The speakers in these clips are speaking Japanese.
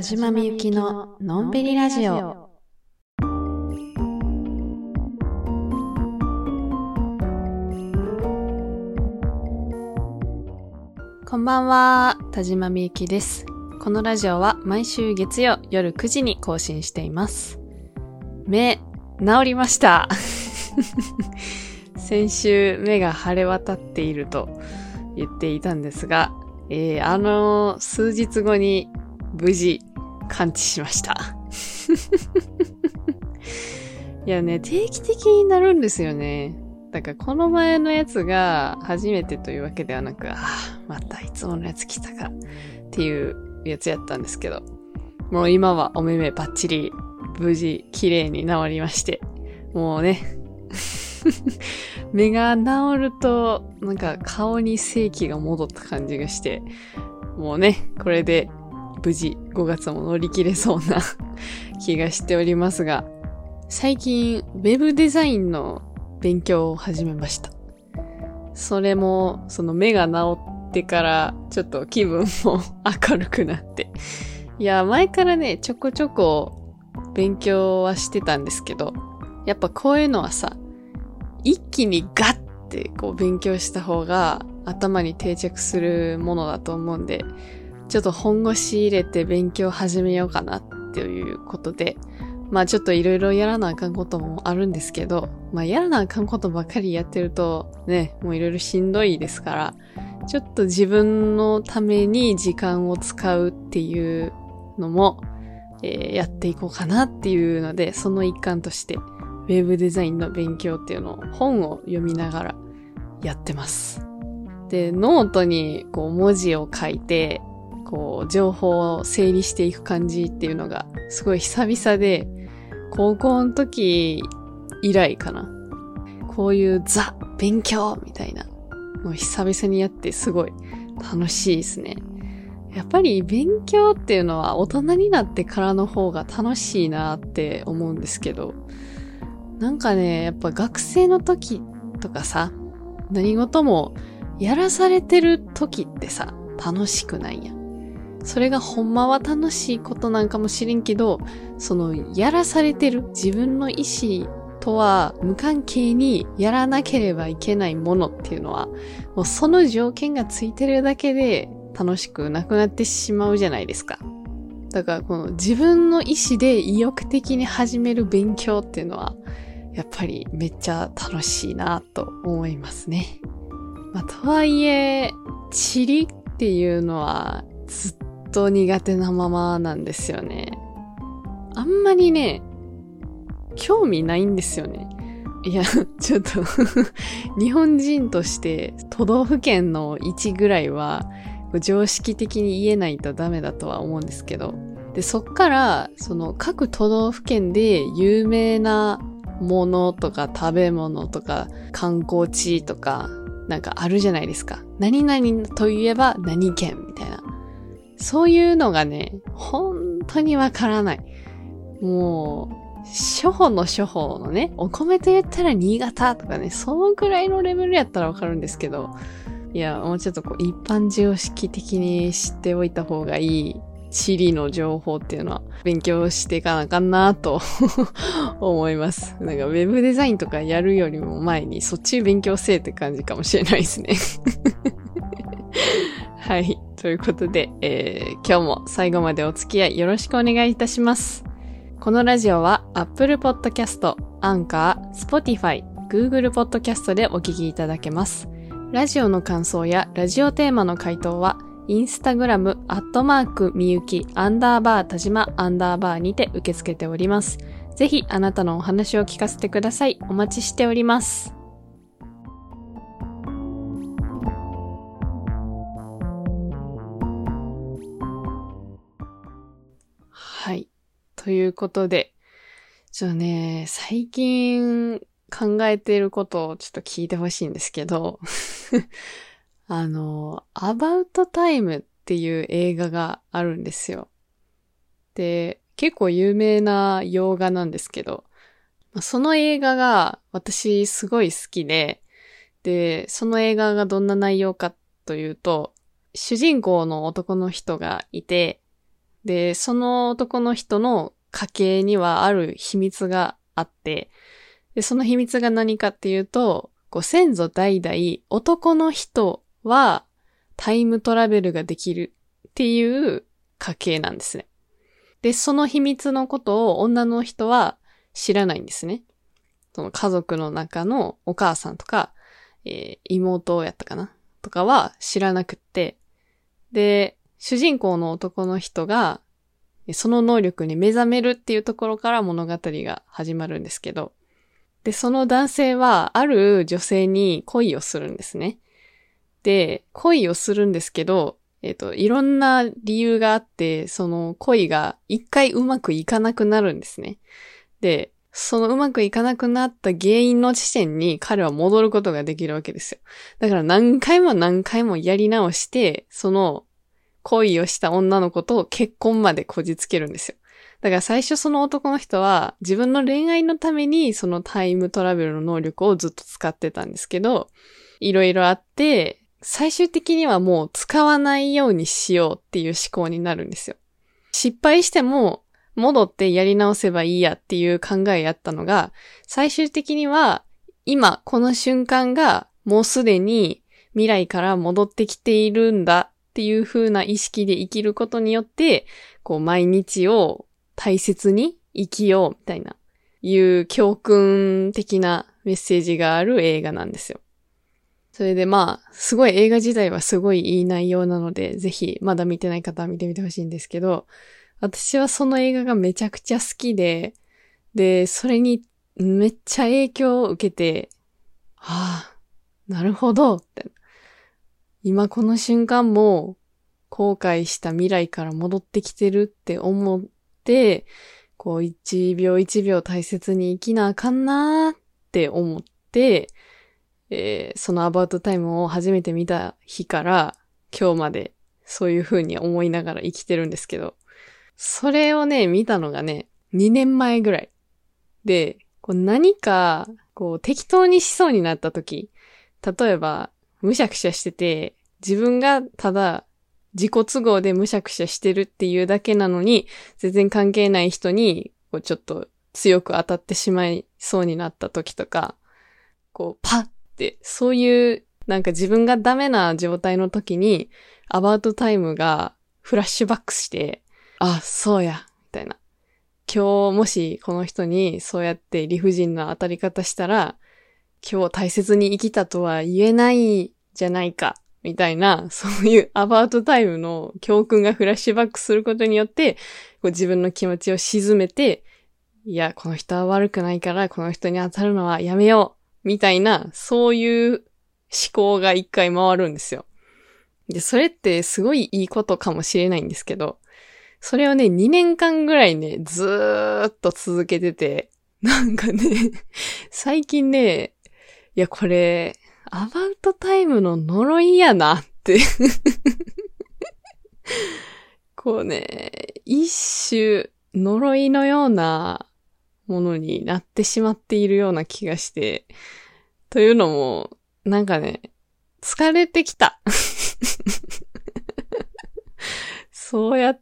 島みゆきののんびりラジオ。こんばんは、田島みゆきです。このラジオは毎週月曜夜9時に更新しています。目、治りました。先週目が腫れ渡っていると言っていたんですが、数日後に無事完治しました。いやね、定期的になるんですよね。だからこの前のやつが初めてというわけではなく、またいつものやつ来たかっていうやつやったんですけど、もう今はお目目バッチリ無事綺麗に治りまして、もうね、目が治るとなんか顔に生気が戻った感じがして、もうね、これで無事5月も乗り切れそうな気がしておりますが、最近ウェブデザインの勉強を始めました。それもその目が治ってからちょっと気分も明るくなって、いや前からねちょこちょこ勉強はしてたんですけど、やっぱこういうのはさ、一気にガッてこう勉強した方が頭に定着するものだと思うんで、ちょっと本腰入れて勉強始めようかなっていうことで、ちょっといろいろやらなあかんこともあるんですけど、やらなあかんことばっかりやってるとね、もういろいろしんどいですから、ちょっと自分のために時間を使うっていうのも、やっていこうかなっていうので、その一環としてウェブデザインの勉強っていうのを本を読みながらやってます。で、ノートにこう文字を書いて、こう情報を整理していく感じっていうのがすごい久々で、高校の時以来かな。こういうザ勉強みたいなのを久々にやってすごい楽しいですね。やっぱり勉強っていうのは大人になってからの方が楽しいなって思うんですけど、なんかね、やっぱ学生の時とかさ、何事もやらされてる時ってさ、楽しくないやん。それがほんまは楽しいことなんかもしれんけど、そのやらされてる自分の意思とは無関係にやらなければいけないものっていうのは、もうその条件がついてるだけで楽しくなくなってしまうじゃないですか。だからこの自分の意思で意欲的に始める勉強っていうのは、やっぱりめっちゃ楽しいなと思いますね。とはいえ、地理っていうのはずっと苦手なままなんですよね。あんまりね、興味ないんですよね。いや、ちょっと日本人として都道府県の位置ぐらいは常識的に言えないとダメだとは思うんですけど、で、そっからその各都道府県で有名なものとか食べ物とか観光地とかなんかあるじゃないですか。何々といえば何県みたいな。そういうのがね、本当にわからない。もう、初歩の初歩のね、お米と言ったら新潟とかね、そのぐらいのレベルやったらわかるんですけど、いや、もうちょっとこう一般常識的に知っておいた方がいい地理の情報っていうのは勉強していかなあかんなと思います。なんかウェブデザインとかやるよりも前にそっち勉強せえって感じかもしれないですね。はい。ということで、今日も最後までお付き合いよろしくお願いいたします。このラジオは Apple Podcast、Anchor、Spotify、Google Podcast でお聞きいただけます。ラジオの感想やラジオテーマの回答はインスタグラムみゆき_田島_にて受け付けております。ぜひあなたのお話を聞かせてください。お待ちしております。はい。ということで、最近考えていることをちょっと聞いてほしいんですけど、About Time っていう映画があるんですよ。で、結構有名な洋画なんですけど、その映画が私すごい好きで、その映画がどんな内容かというと、主人公の男の人がいて、 で、その男の人の家系にはある秘密があって、で、その秘密が何かっていうと、先祖代々男の人はタイムトラベルができるっていう家系なんですね。で、その秘密のことを女の人は知らないんですね。その家族の中のお母さんとか、妹やったかなとかは知らなくって、で、主人公の男の人がその能力に目覚めるっていうところから物語が始まるんですけど、で、その男性はある女性に恋をするんですね。で、恋をするんですけど、いろんな理由があって、その恋が一回うまくいかなくなるんですね。で、そのうまくいかなくなった原因の地点に彼は戻ることができるわけですよ。だから何回も何回もやり直して、その恋をした女の子と結婚までこじつけるんですよ。だから最初その男の人は自分の恋愛のためにそのタイムトラベルの能力をずっと使ってたんですけど、いろいろあって、最終的にはもう使わないようにしようっていう思考になるんですよ。失敗しても戻ってやり直せばいいやっていう考えやったのが、最終的には今この瞬間がもうすでに未来から戻ってきているんだっていう風な意識で生きることによって、毎日を大切に生きようみたいな、いう教訓的なメッセージがある映画なんですよ。それですごい映画自体はすごいいい内容なので、ぜひまだ見てない方は見てみてほしいんですけど、私はその映画がめちゃくちゃ好きで、それにめっちゃ影響を受けて、なるほどって。今この瞬間も後悔した未来から戻ってきてるって思って、一秒一秒大切に生きなあかんなーって思って、そのアバウトタイムを初めて見た日から今日までそういう風に思いながら生きてるんですけど、それをね、見たのがね、2年前ぐらい。で、何か、適当にしそうになった時、例えば、むしゃくしゃしてて、自分がただ自己都合でむしゃくしゃしてるっていうだけなのに、全然関係ない人に、ちょっと強く当たってしまいそうになった時とか、パッて、そういうなんか自分がダメな状態の時に、アバウトタイムがフラッシュバックして、そうや、みたいな。今日もしこの人にそうやって理不尽な当たり方したら、今日大切に生きたとは言えないじゃないか、みたいな、そういうアバウトタイムの教訓がフラッシュバックすることによって、自分の気持ちを沈めて、いや、この人は悪くないから、この人に当たるのはやめよう、みたいな、そういう思考が一回回るんですよ。で、それってすごいいいことかもしれないんですけど、それをね、2年間ぐらいね、ずーっと続けてて、なんかね、最近ね、いや、これ、アバウトタイムの呪いやなって一種呪いのようなものになってしまっているような気がして、というのも、なんかね、疲れてきた。そうやって、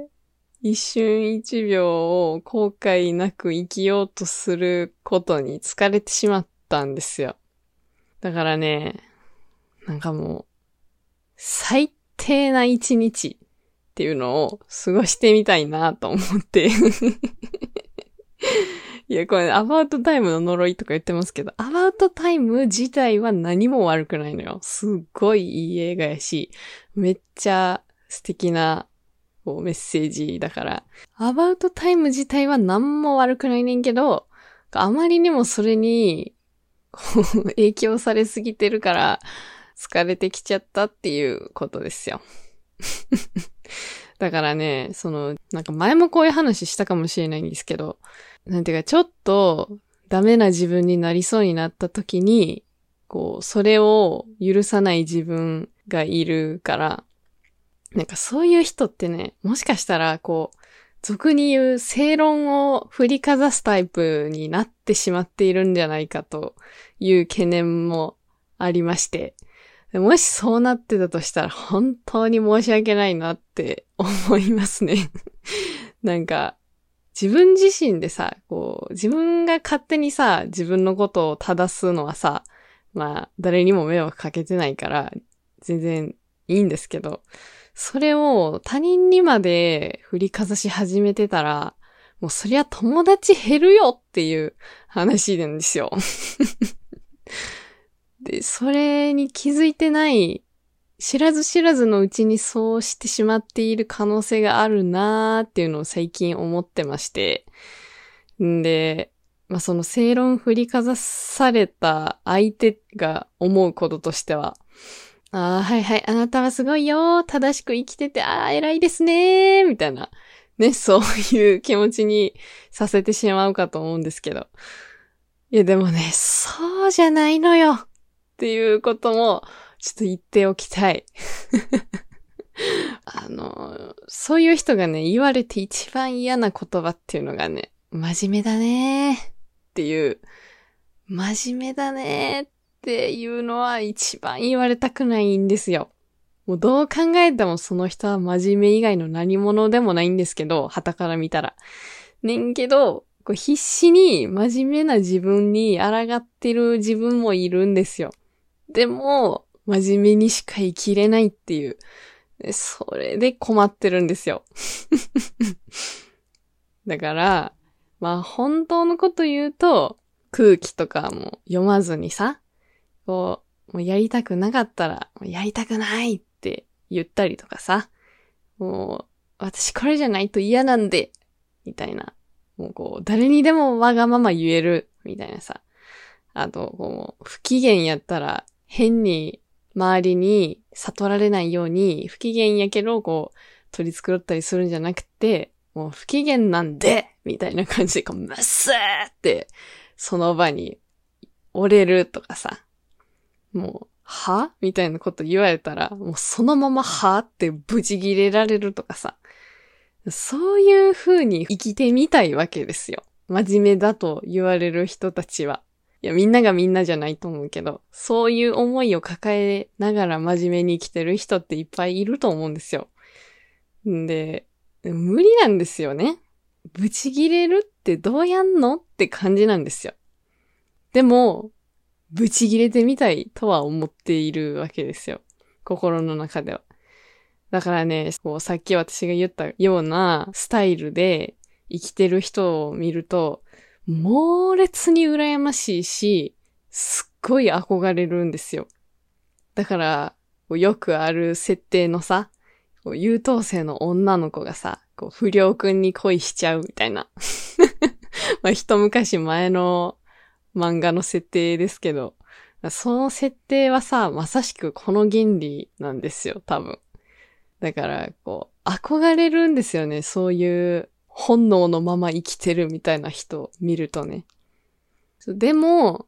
一瞬一秒を後悔なく生きようとすることに疲れてしまったんですよ。だからね、なんかもう、最低な一日っていうのを過ごしてみたいなと思っていや、これ、アバウトタイムの呪いとか言ってますけど、アバウトタイム自体は何も悪くないのよ。すっごいいい映画やし、めっちゃ素敵なメッセージだから、アバウトタイム自体は何も悪くないねんけど、あまりにもそれに影響されすぎてるから疲れてきちゃったっていうことですよ。だからね、なんか前もこういう話したかもしれないんですけど、なんていうかちょっとダメな自分になりそうになった時に、それを許さない自分がいるから、なんかそういう人ってね、もしかしたら俗に言う正論を振りかざすタイプになってしまっているんじゃないかという懸念もありまして、 もしそうなってたとしたら本当に申し訳ないなって思いますね。なんか、自分自身でさ、自分が勝手にさ、自分のことを正すのはさ、まあ、誰にも迷惑かけてないから、全然いいんですけど、それを他人にまで振りかざし始めてたら、もうそりゃ友達減るよっていう話なんですよ。で、それに気づいてない、知らず知らずのうちにそうしてしまっている可能性があるなーっていうのを最近思ってまして。んで、まあ、その正論振りかざされた相手が思うこととしては、はいはい、あなたはすごいよ、正しく生きてて、偉いですねー、みたいな。ね、そういう気持ちにさせてしまうかと思うんですけど。いやでもね、そうじゃないのよっていうこともちょっと言っておきたい。そういう人がね、言われて一番嫌な言葉っていうのがね、真面目だねーっていう、真面目だねーっていうのは一番言われたくないんですよ。もうどう考えてもその人は真面目以外の何者でもないんですけど、傍から見たら。ねんけど、必死に真面目な自分に抗ってる自分もいるんですよ。でも、真面目にしか生きれないっていう。それで困ってるんですよ。だから、まあ本当のこと言うと、空気とかも読まずにさ、もうやりたくなかったら、やりたくないって言ったりとかさ、もう、私これじゃないと嫌なんで、みたいな。もう誰にでもわがまま言える、みたいなさ。あと、不機嫌やったら、変に周りに悟られないように、不機嫌やけど、取り繕ったりするんじゃなくて、もう不機嫌なんでみたいな感じで、ムッスーって、その場に折れるとかさ。もう、はみたいなこと言われたら、もうそのままはってブチギレられるとかさ。そういう風に生きてみたいわけですよ。真面目だと言われる人たちは。いや、みんながみんなじゃないと思うけど、そういう思いを抱えながら真面目に生きてる人っていっぱいいると思うんですよ。んで、無理なんですよね。ブチギレるってどうやんのって感じなんですよ。でも、ブチギレてみたいとは思っているわけですよ。心の中では。だからね、さっき私が言ったようなスタイルで生きてる人を見ると、猛烈に羨ましいし、すっごい憧れるんですよ。だから、よくある設定のさ、優等生の女の子がさ、不良くんに恋しちゃうみたいな。まあ、一昔前の漫画の設定ですけど、その設定はさ、まさしくこの原理なんですよ、多分。だから、憧れるんですよね。そういう本能のまま生きてるみたいな人を見るとね。でも、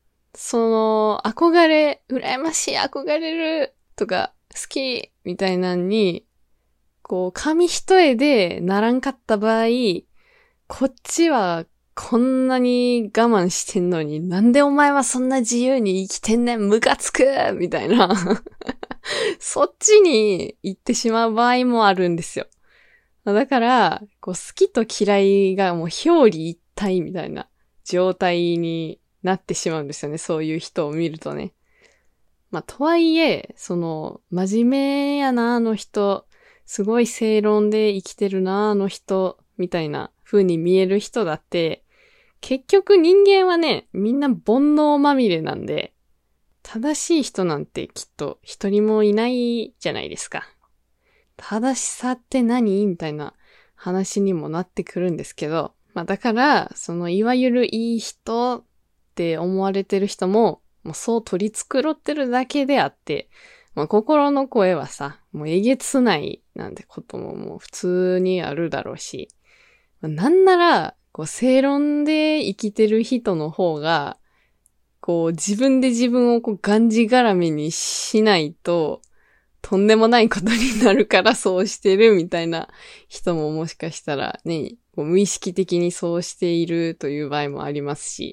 羨ましい、憧れるとか、好きみたいなのに、紙一重でならんかった場合、こっちはこんなに我慢してんのに、なんでお前はそんな自由に生きてんねん、ムカつくみたいな。そっちに行ってしまう場合もあるんですよ。だから、好きと嫌いがもう表裏一体みたいな状態になってしまうんですよね。そういう人を見るとね。まあ、とはいえ、真面目やな、あの人。すごい正論で生きてるな、あの人。みたいな風に見える人だって、結局人間はね、みんな煩悩まみれなんで、正しい人なんてきっと一人もいないじゃないですか。正しさって何みたいな話にもなってくるんですけど、まあだから、いわゆるいい人って思われてる人も、もうそう取り繕ってるだけであって、まあ心の声はさ、もうえげつないなんてことももう普通にあるだろうし、なんなら、正論で生きてる人の方が、自分で自分をがんじがらめにしないと、とんでもないことになるからそうしてるみたいな人ももしかしたらね、無意識的にそうしているという場合もありますし、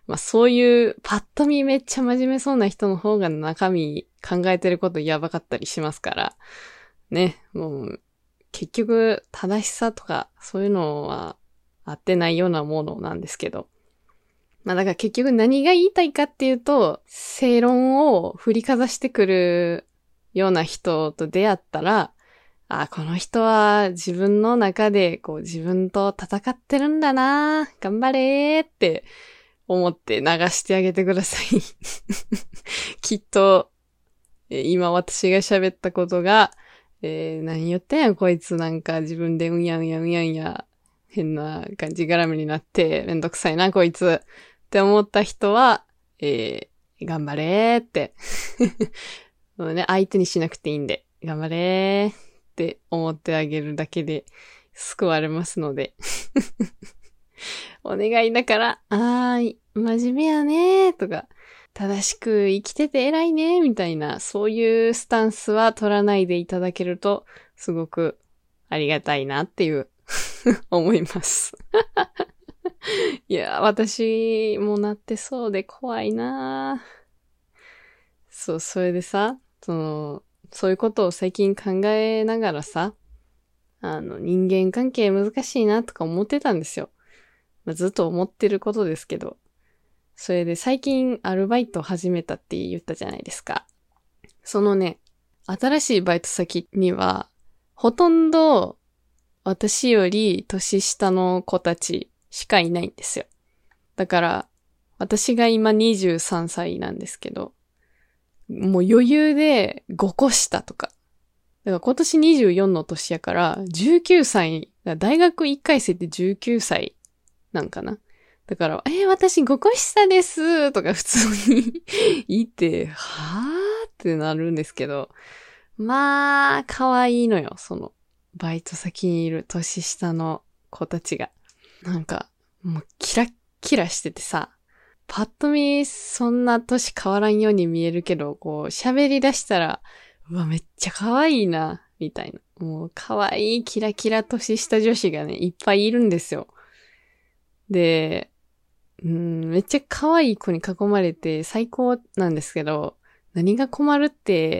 まあそういうパッと見めっちゃ真面目そうな人の方が中身考えてることやばかったりしますから、ね、もう結局正しさとかそういうのは合ってないようなものなんですけど。まあだから結局何が言いたいかっていうと、正論を振りかざしてくるような人と出会ったら、この人は自分の中でこう自分と戦ってるんだな、頑張れーって思って流してあげてください。きっと、今私が喋ったことが、何言ってんやこいつなんか自分でうんやんやうんやんや変な感じ絡みになってめんどくさいなこいつって思った人は、頑張れーってもうね、相手にしなくていいんで頑張れーって思ってあげるだけで救われますのでお願いだから真面目やねーとか正しく生きてて偉いねみたいな、そういうスタンスは取らないでいただけると、すごくありがたいなっていう思います。いや、私もなってそうで怖いな。そう、それでさ、そういうことを最近考えながらさ、人間関係難しいなとか思ってたんですよ。まあ、ずっと思ってることですけど。それで最近アルバイト始めたって言ったじゃないですか。そのね、新しいバイト先には、ほとんど私より年下の子たちしかいないんですよ。だから、私が今23歳なんですけど、もう余裕で5個下とか。だから今年24の年やから19歳、大学1回生って19歳なんかな。だから、私5個下ですとか普通に言って、はぁってなるんですけど、まあ、可愛いのよ、バイト先にいる年下の子たちが。なんか、もうキラッキラしててさ、パッと見そんな年変わらんように見えるけど、こう喋り出したら、うわ、めっちゃ可愛いな、みたいな。もう可愛いキラキラ年下女子がね、いっぱいいるんですよ。で、めっちゃ可愛い子に囲まれて最高なんですけど、何が困るって、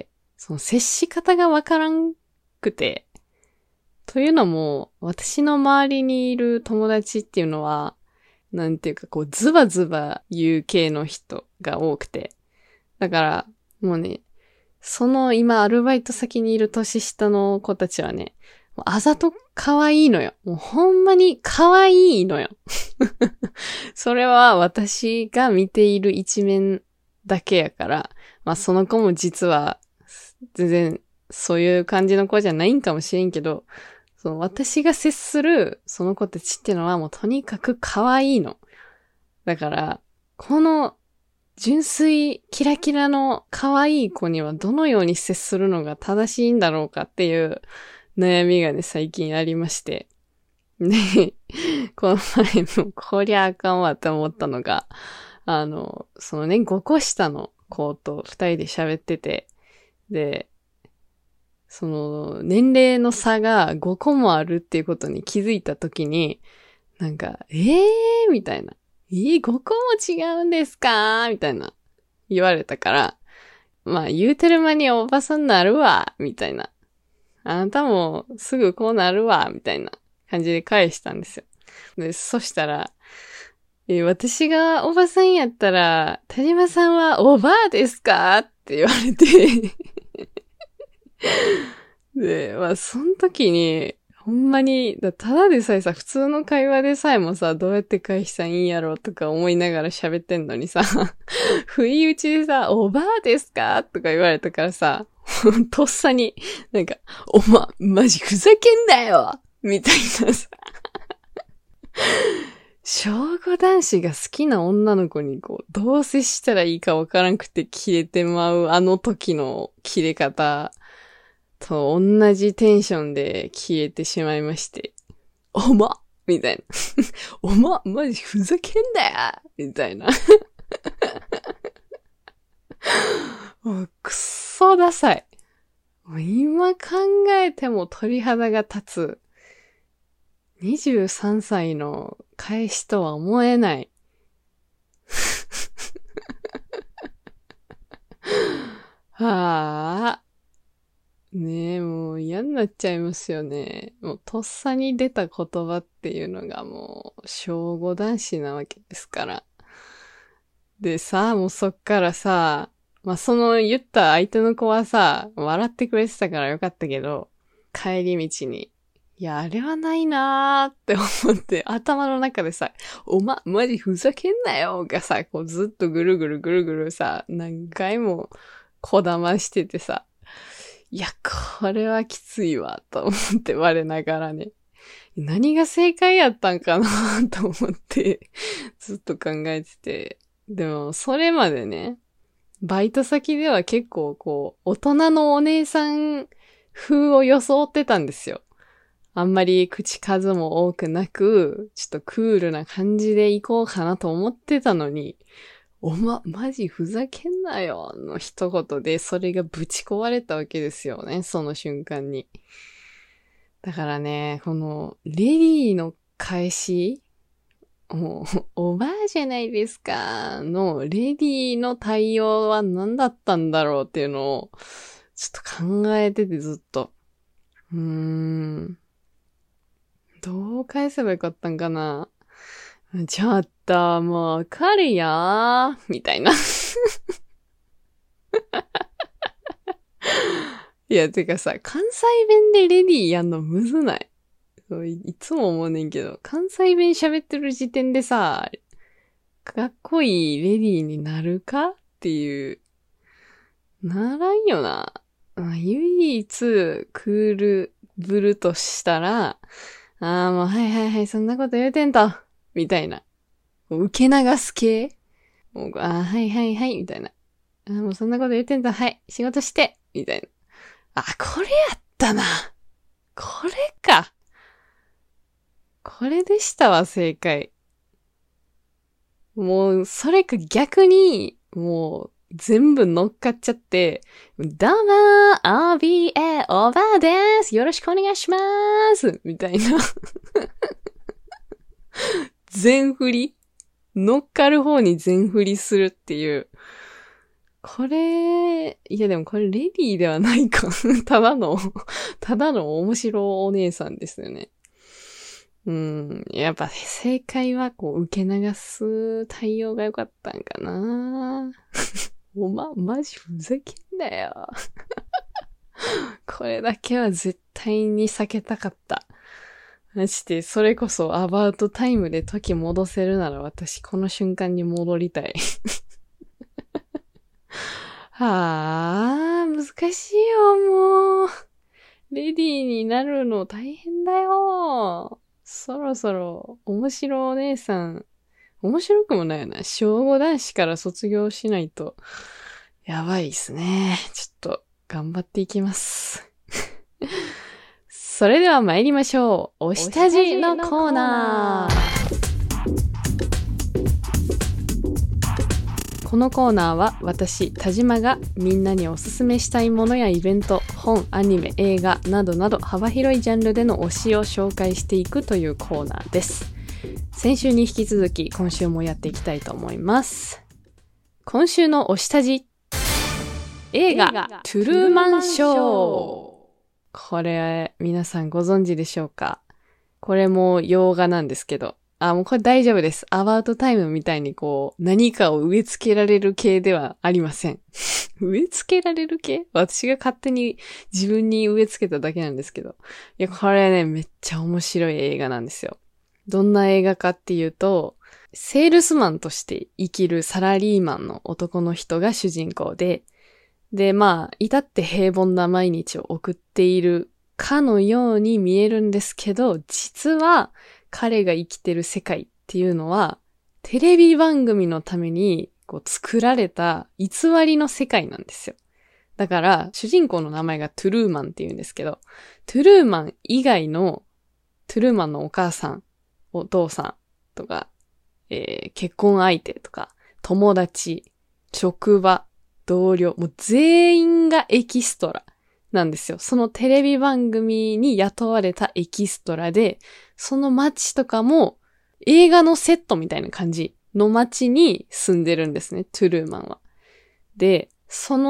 接し方がわからんくて。というのも、私の周りにいる友達っていうのは、なんていうかこう、ズバズバ言う系の人が多くて。だから、もうね、今アルバイト先にいる年下の子たちはね、あざと可愛いのよ。もうほんまに可愛いのよ。それは私が見ている一面だけやから、まあその子も実は全然そういう感じの子じゃないんかもしれんけど、私が接するその子たちっていうのはもうとにかく可愛いの。だから、この純粋キラキラの可愛い子にはどのように接するのが正しいんだろうかっていう悩みがね、最近ありまして。で、この前もこりゃあかんわって思ったのが、5個下の子と2人で喋ってて、で、年齢の差が5個もあるっていうことに気づいたときに、なんか、みたいな。5個も違うんですかみたいな。言われたから、まあ言うてる間におばさんなるわみたいな。あなたもすぐこうなるわみたいな感じで返したんですよ。で、そしたら、私がおばさんやったら、田島さんはおばあですかって言われてで、まあ、その時に、ほんまに、ただでさえさ、普通の会話でさえもさ、どうやって返したらいいんやろうとか思いながら喋ってんのにさ、不意打ちでさ、おばあですかとか言われたからさ、とっさに、なんか、マジふざけんなよみたいなさ、小5男子が好きな女の子にこう、どう接したらいいかわからんくて切れてまうあの時の切れ方と同じテンションで消えてしまいまして、みたいな。マジふざけんなよみたいな。もうくっそダサい。もう今考えても鳥肌が立つ。23歳の返しとは思えない。 はあ。ねえ、もう嫌になっちゃいますよね。もうとっさに出た言葉っていうのがもう、小5男子なわけですから。でさ、もうそっからさ、まあ、その言った相手の子はさ、笑ってくれてたからよかったけど、帰り道に、いや、あれはないなーって思って、頭の中でさ、マジふざけんなよがさ、こうずっとぐるぐるぐるぐるさ、何回もこだましててさ、いや、これはきついわ、と思って我ながらね。何が正解やったんかなと思って、ずっと考えてて。でも、それまでね、バイト先では結構こう、大人のお姉さん風を装ってたんですよ。あんまり口数も多くなく、ちょっとクールな感じで行こうかなと思ってたのに、マジふざけんなよの一言でそれがぶち壊れたわけですよね、その瞬間に。だからね、この、レディーの返しもう、おばあじゃないですかの、レディーの対応は何だったんだろうっていうのを、ちょっと考えててずっと。どう返せばよかったんかな。ちょっと、もうわかるよーみたいな。いや、てかさ、関西弁でレディーやんのむずない？いつも思うねんけど、関西弁喋ってる時点でさ、かっこいいレディーになるかっていう、ならんよな。唯一、クールブルとしたら、もうはいはいはい、そんなこと言うてんと、みたいな。受け流す系もう、はいはいはい、みたいな。もうそんなこと言ってんと、はい、仕事して、みたいな。これやったな。これか。これでしたわ、正解。もう、それか逆に、もう、全部乗っかっちゃって、どうもー、OBA オーバーです。よろしくお願いします。みたいな。全振り乗っかる方に全振りするっていう。これ、いやでもこれレディーではないか。ただの面白お姉さんですよね。やっぱ正解はこう受け流す対応が良かったんかな。マジふざけんなよ。これだけは絶対に避けたかった。マジで、それこそアバウトタイムで時戻せるなら私この瞬間に戻りたい。難しいよ、もう。レディーになるの大変だよ。そろそろ、面白お姉さん、面白くもないよな。小5男子から卒業しないと、やばいっすね。ちょっと、頑張っていきます。それでは参りましょう。お下地のコーナー。このコーナーは私、田島がみんなにおすすめしたいものやイベント、本、アニメ、映画などなど幅広いジャンルでの推しを紹介していくというコーナーです。先週に引き続き今週もやっていきたいと思います。今週の推しタジ。映画、トゥルーマンショー。これ、皆さんご存知でしょうか？これも洋画なんですけど。もうこれ大丈夫です。アバウトタイムみたいにこう、何かを植え付けられる系ではありません。植え付けられる系？私が勝手に自分に植え付けただけなんですけど。いや、これね、めっちゃ面白い映画なんですよ。どんな映画かっていうと、セールスマンとして生きるサラリーマンの男の人が主人公で、至って平凡な毎日を送っているかのように見えるんですけど、実は彼が生きてる世界っていうのは、テレビ番組のためにこう作られた偽りの世界なんですよ。だから、主人公の名前がトゥルーマンって言うんですけど、トゥルーマン以外の、トゥルーマンのお母さん、お父さんとか、結婚相手とか、友達、職場、同僚、もう全員がエキストラなんですよ。そのテレビ番組に雇われたエキストラで、その街とかも映画のセットみたいな感じの街に住んでるんですね、トゥルーマンは。で、その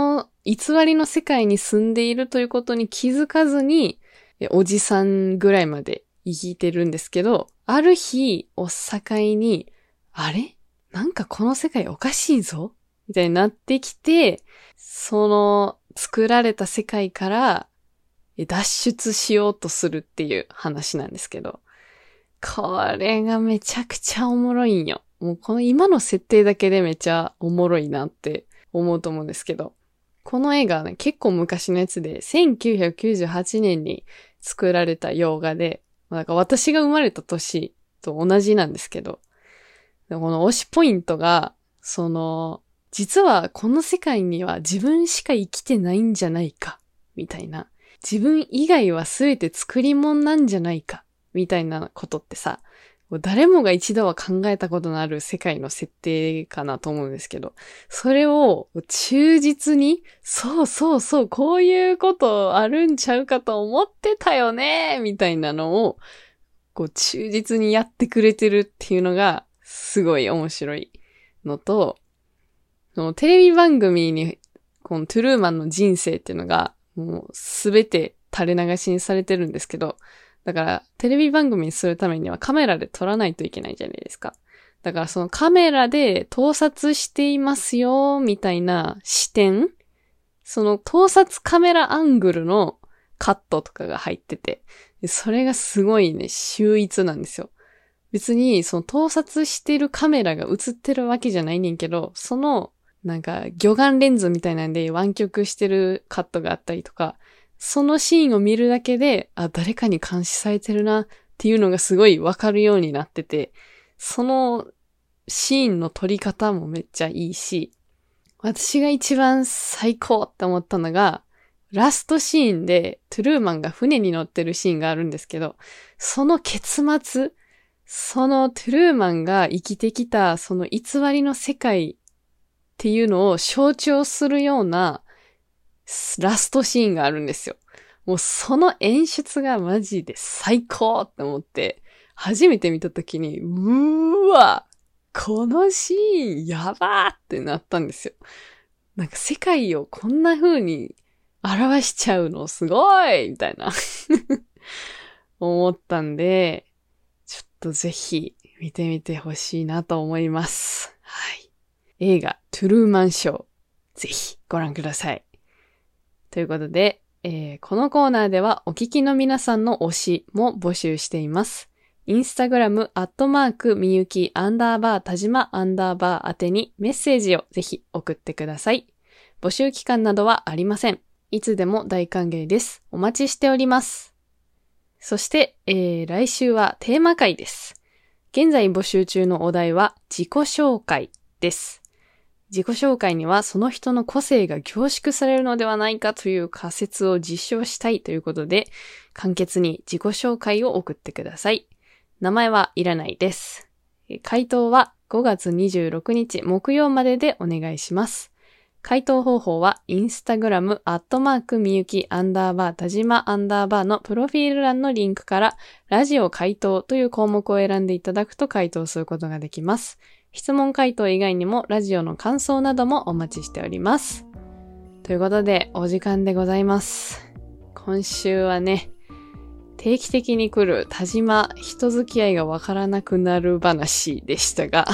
偽りの世界に住んでいるということに気づかずに、おじさんぐらいまで生きてるんですけど、ある日を境に、あれ？なんかこの世界おかしいぞみたいになってきて、その作られた世界から脱出しようとするっていう話なんですけど、これがめちゃくちゃおもろいんよ。もうこの今の設定だけでめちゃおもろいなって思うと思うんですけど、この映画はね、結構昔のやつで、1998年に作られた洋画で、なんか私が生まれた年と同じなんですけど、この推しポイントが、実はこの世界には自分しか生きてないんじゃないか、みたいな。自分以外は全て作り物なんじゃないか、みたいなことってさ、誰もが一度は考えたことのある世界の設定かなと思うんですけど、それを忠実に、そう、こういうことあるんちゃうかと思ってたよね、みたいなのを、忠実にやってくれてるっていうのが、すごい面白いのと、そのテレビ番組に、このトゥルーマンの人生っていうのが、もうすべて垂れ流しにされてるんですけど、だからテレビ番組にするためにはカメラで撮らないといけないじゃないですか。だからそのカメラで盗撮していますよ、みたいな視点、その盗撮カメラアングルのカットとかが入ってて、それがすごいね、秀逸なんですよ。別にその盗撮してるカメラが映ってるわけじゃないねんけど、そのなんか魚眼レンズみたいなんで湾曲してるカットがあったりとか、そのシーンを見るだけで、誰かに監視されてるなっていうのがすごいわかるようになってて、そのシーンの撮り方もめっちゃいいし、私が一番最高って思ったのが、ラストシーンでトゥルーマンが船に乗ってるシーンがあるんですけど、その結末、そのトゥルーマンが生きてきたその偽りの世界っていうのを象徴するようなラストシーンがあるんですよ。もうその演出がマジで最高って思って、初めて見たときに、うーわ、このシーンやばーってなったんですよ。なんか世界をこんな風に表しちゃうのすごいみたいな思ったんで、ちょっとぜひ見てみてほしいなと思います。はい。映画トゥルーマンショー、ぜひご覧ください。ということで、このコーナーではお聞きの皆さんの推しも募集しています。インスタグラムみゆき_たじま_宛てにメッセージをぜひ送ってください。募集期間などはありません。いつでも大歓迎です。お待ちしております。そして、来週はテーマ回です。現在募集中のお題は自己紹介です。自己紹介にはその人の個性が凝縮されるのではないかという仮説を実証したいということで、簡潔に自己紹介を送ってください。名前はいらないです。回答は5月26日木曜まででお願いします。回答方法はインスタグラムみゆき_たじま_のプロフィール欄のリンクからラジオ回答という項目を選んでいただくと回答することができます。質問回答以外にもラジオの感想などもお待ちしております。ということでお時間でございます。今週はね、定期的に来る田島人付き合いがわからなくなる話でしたが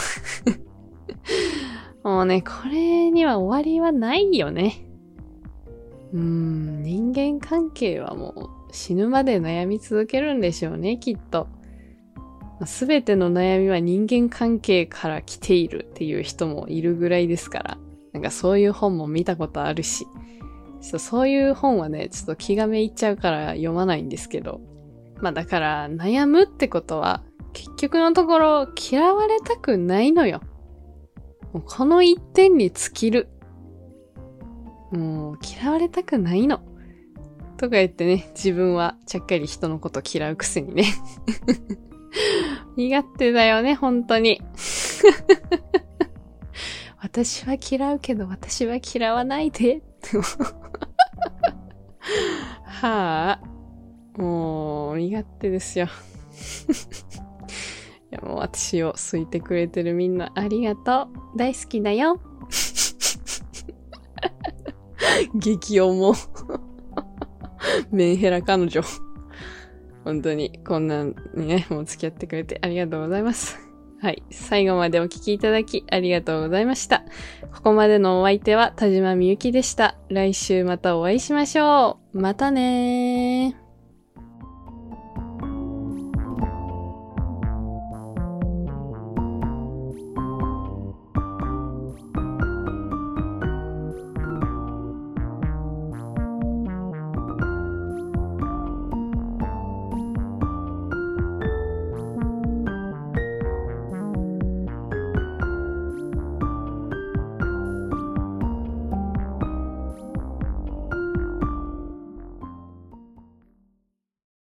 もうね、これには終わりはないよね。人間関係はもう死ぬまで悩み続けるんでしょうね、きっと。すべての悩みは人間関係から来ているっていう人もいるぐらいですから、なんかそういう本も見たことあるし、そういう本はね、ちょっと気がめいっちゃうから読まないんですけど、だから悩むってことは結局のところ嫌われたくないのよ。もうこの一点に尽きる。もう嫌われたくないの。とか言ってね、自分はちゃっかり人のこと嫌うくせにね。身勝手だよね、本当に。私は嫌うけど私は嫌わないで。はぁ、もう身勝手ですよ。いやもう私を好いてくれてるみんなありがとう。大好きだよ。 激重。メンヘラ彼女。本当に、こんなんにね、もう付き合ってくれてありがとうございます。はい。最後までお聞きいただきありがとうございました。ここまでのお相手は田島みゆきでした。来週またお会いしましょう。またねー。